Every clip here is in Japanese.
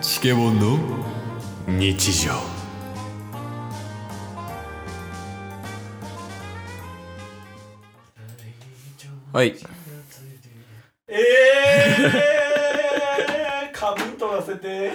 チケボンの日常。はい。 髪取らせて。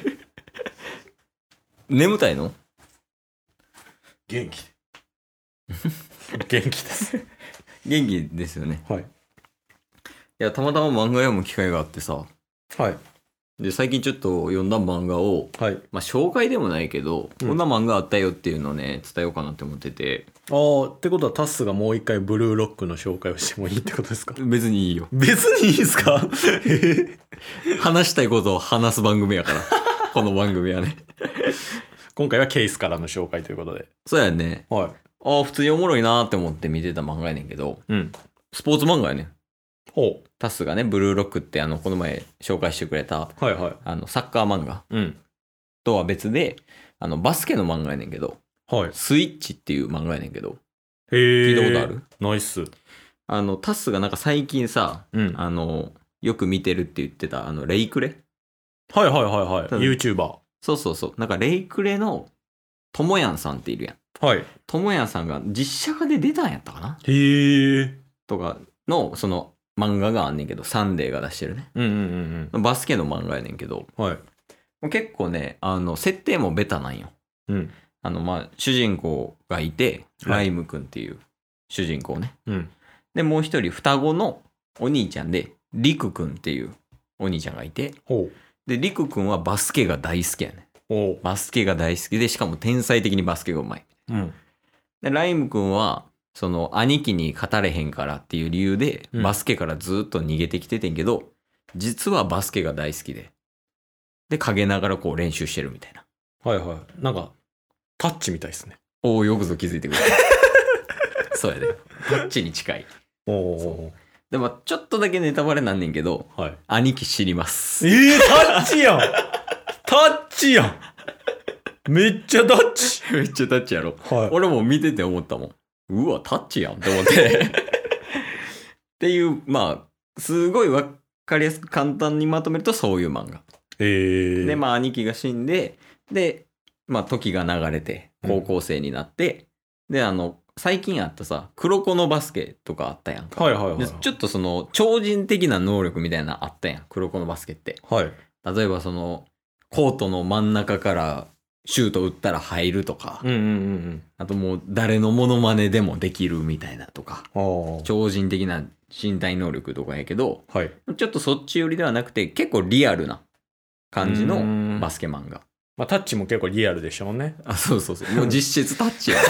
眠たいの？ 元気元気です元気ですよね。 はい。 いや、たまたま漫画読む機会があってさ。 はい。 で、最近ちょっと読んだ漫画を、 はい。 まあ紹介でもないけど、こんな漫画あったよっていうのをね、伝えようかなって思ってて。 ああ、ってことはタスがもう一回ブルーロックの紹介をしてもいいってことですか？ 別にいいよ。 別にいいですか？ 話したいことを話す番組やから。この番組はね。 今回はケースからの紹介ということで。 そうやね。 はい。 ああ、普通におもろいなーって思って見てた漫画やねんけど、スポーツ漫画やねん。 ほう。 タスがね、ブルーロックってこの前紹介してくれた、 はいはい。 サッカー漫画とは別で、バスケの漫画やねんけど、 はい。 スイッチっていう漫画やねんけど、 へえ。 聞いたことある？ ナイス。 タスがなんか最近さ、よく見てるって言ってた、レイクレ？ はいはいはいはい。YouTuber。 そうそうそう。なんかレイクレのともやんさんっているやん。 はい。 ともやんさんが実写化で出たんやったかな？ へえ。 とかの、その漫画があんねんけど、サンデーが出してるね。バスケの漫画やねんけど、 はい。 結構ね、設定もベタなんよ。まあ、主人公がいて、ライムくんっていう主人公ね。で、もう一人双子のお兄ちゃんで、リクくんっていうお兄ちゃんがいて、で、リクくんはバスケが大好きやね。バスケが大好きで、しかも天才的にバスケがうまい。で、ライムくんは、その兄貴に勝たれへんからっていう理由で、バスケからずっと逃げてきててんけど、実はバスケが大好きで、で、陰ながらこう練習してるみたいな。 はいはい。なんか、タッチみたいですね。 おお、よくぞ気づいてくれた。そうやで。タッチに近い。でも、ちょっとだけネタバレなんねんけど、兄貴知ります。 タッチやんタッチやんめっちゃタッチめっちゃタッチやろ。俺も見てて思ったもん。うわ、タッチやんって思って。っていう、まあ、すごいわかりやすく簡単にまとめるとそういう漫画。で、まあ、兄貴が死んで、で、まあ、時が流れて、高校生になって、で、最近あったさ、黒子のバスケとかあったやんか。でちょっとその、超人的な能力みたいなのあったやん、黒子のバスケって。例えばその、コートの真ん中からシュート打ったら入るとか、あともう誰のモノマネでもできるみたいなとか、超人的な身体能力とかやけど、ちょっとそっち寄りではなくて、結構リアルな感じのバスケ漫画。 まあ、タッチも結構リアルでしたもんね。 あ、そうそうそう。もう実質タッチや。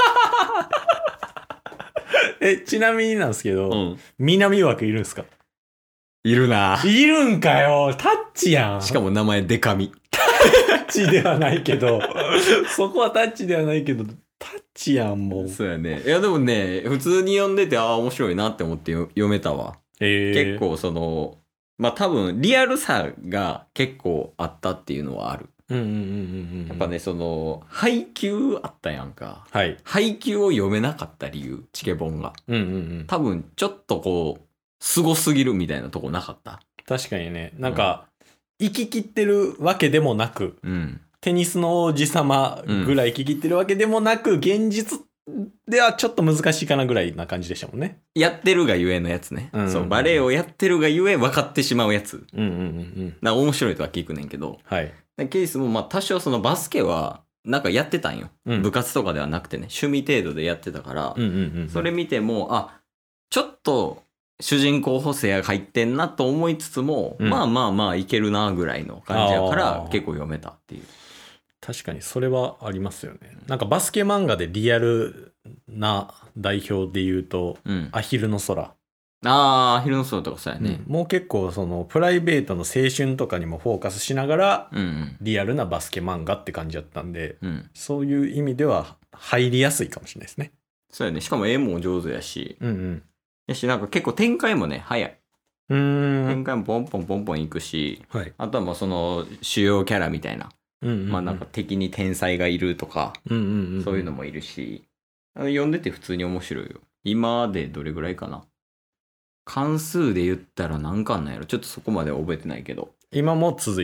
ちなみになんですけど、南枠いるんすか？ いるな。 いるんかよ。タッチやん。 しかも名前デカミ。 タッチではないけど、そこはタッチではないけど、タッチやん、もう。 そうやね。いや、でもね、普通に読んでて、ああ、面白いなって思って読めたわ。結構その、まあ多分、リアルさが結構あったっていうのはある。やっぱね、その、配給あったやんか。配給を読めなかった理由、チケボンが。多分、ちょっとこう、すごすぎるみたいなとこなかった？ 確かにね。なんか、生き切ってるわけでもなく、テニスの王子様ぐらい生き切ってるわけでもなく、現実ではちょっと難しいかなぐらいな感じでしたもんね。 やってるがゆえのやつね。そう、バレエをやってるがゆえ分かってしまうやつ。面白いとは聞くねんけど。ケースもまあ多少そのバスケはなんかやってたんよ。部活とかではなくてね、趣味程度でやってたから、それ見ても、あ、ちょっと主人公補正が入ってんなと思いつつも、まあまあまあいけるなぐらいの感じやから結構読めたっていう。 確かにそれはありますよね。なんかバスケ漫画でリアルな代表で言うと、アヒルの空。 アヒルの空とかそうやね。 もう結構そのプライベートの青春とかにもフォーカスしながら、リアルなバスケ漫画って感じだったんで、そういう意味では入りやすいかもしれないですね。 そうやね。しかも絵も上手やし、やしなんか結構展開もね早い。展開もポンポンポンポンいくし、あとはもうその主要キャラみたいな、まあなんか敵に天才がいるとか、そういうのもいるし、読んでて普通に面白いよ。今でどれぐらいかな。関数で言ったら何巻なんやろ。ちょっとそこまでは覚えてないけど。 今も続いてる。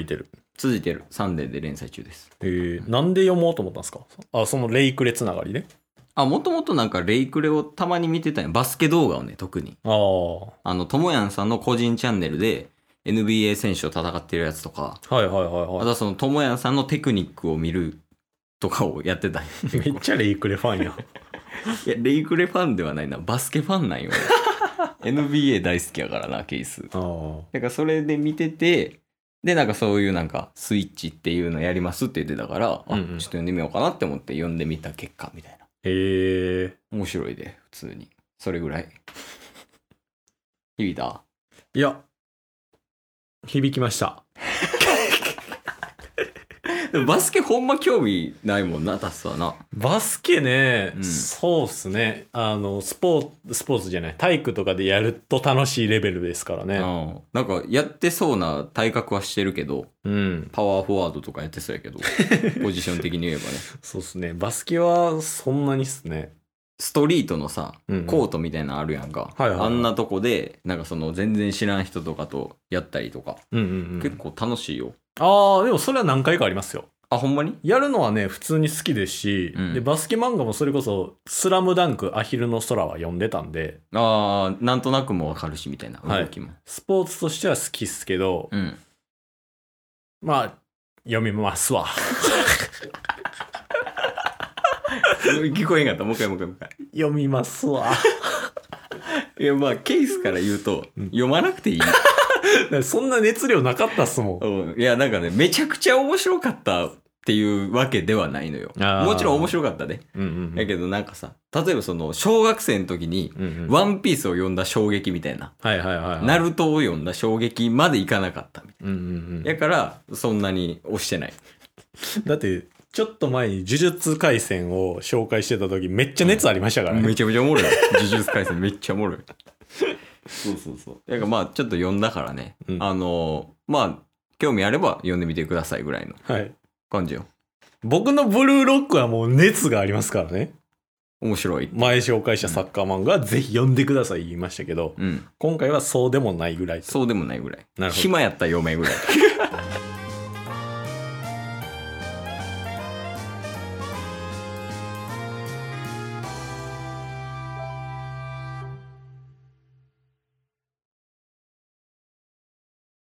続いてる。サンデーで連載中です。 なんで読もうと思ったんですか？そのレイクレつながりで？ もともとなんかレイクレをたまに見てたんや。バスケ動画をね、特に。ともやんさんの個人チャンネルで NBA 選手を戦ってるやつとか。あとはそのともやんさんのテクニックを見るとかをやってたんや。 めっちゃレイクレファンや。 いや、レイクレファンではないな。バスケファンなんよ。NBA 大好きやからな、ケース。だからそれで見てて、で、なんかそういうなんかスイッチっていうのやりますって言ってたから、ちょっと読んでみようかなって思って読んでみた結果みたいな。面白いで、普通に。それぐらい。響いた？ いや、響きました。 バスケほんま興味ないもんな、タスはな。 バスケね、そうっすね。スポーツじゃない、体育とかでやると楽しいレベルですからね。 なんかやってそうな体格はしてるけど、パワーフォワードとかやってそうやけど、ポジション的に言えばね。 そうっすね。バスケはそんなにっすね。 ストリートのさ、コートみたいなのあるやんか。あんなとこで、なんかその全然知らん人とかとやったりとか、結構楽しいよ。 でもそれは何回かありますよ。 ほんまに？ やるのはね、普通に好きですし、で、バスケ漫画もそれこそ、スラムダンク、アヒルの空は読んでたんで。 なんとなくもわかるし、みたいな動きも。 スポーツとしては好きっすけど、まあ、読みますわ。 聞こえんかった。もう一回。 読みますわ。 いや、まあ、ケースから言うと、読まなくていい。 そんな熱量なかったっすもん。いや、なんかね、めちゃくちゃ面白かったっていうわけではないのよ。もちろん面白かったね。だけどなんかさ、例えばその、小学生の時に、ワンピースを読んだ衝撃みたいな。ナルトを読んだ衝撃までいかなかったみたいな。だから、そんなに押してない。 だって、ちょっと前に呪術廻戦を紹介してた時めっちゃ熱ありましたからね。 めちゃめちゃおもろい。呪術廻戦めっちゃおもろい。そう。だからまあちょっと読んだからね。まあ興味あれば読んでみてくださいぐらいの感じよ。 僕のブルーロックはもう熱がありますからね。 面白い。 前紹介したサッカー漫画はぜひ読んでください言いましたけど、今回はそうでもないぐらい。 そうでもないぐらい。暇やったら読めぐらい。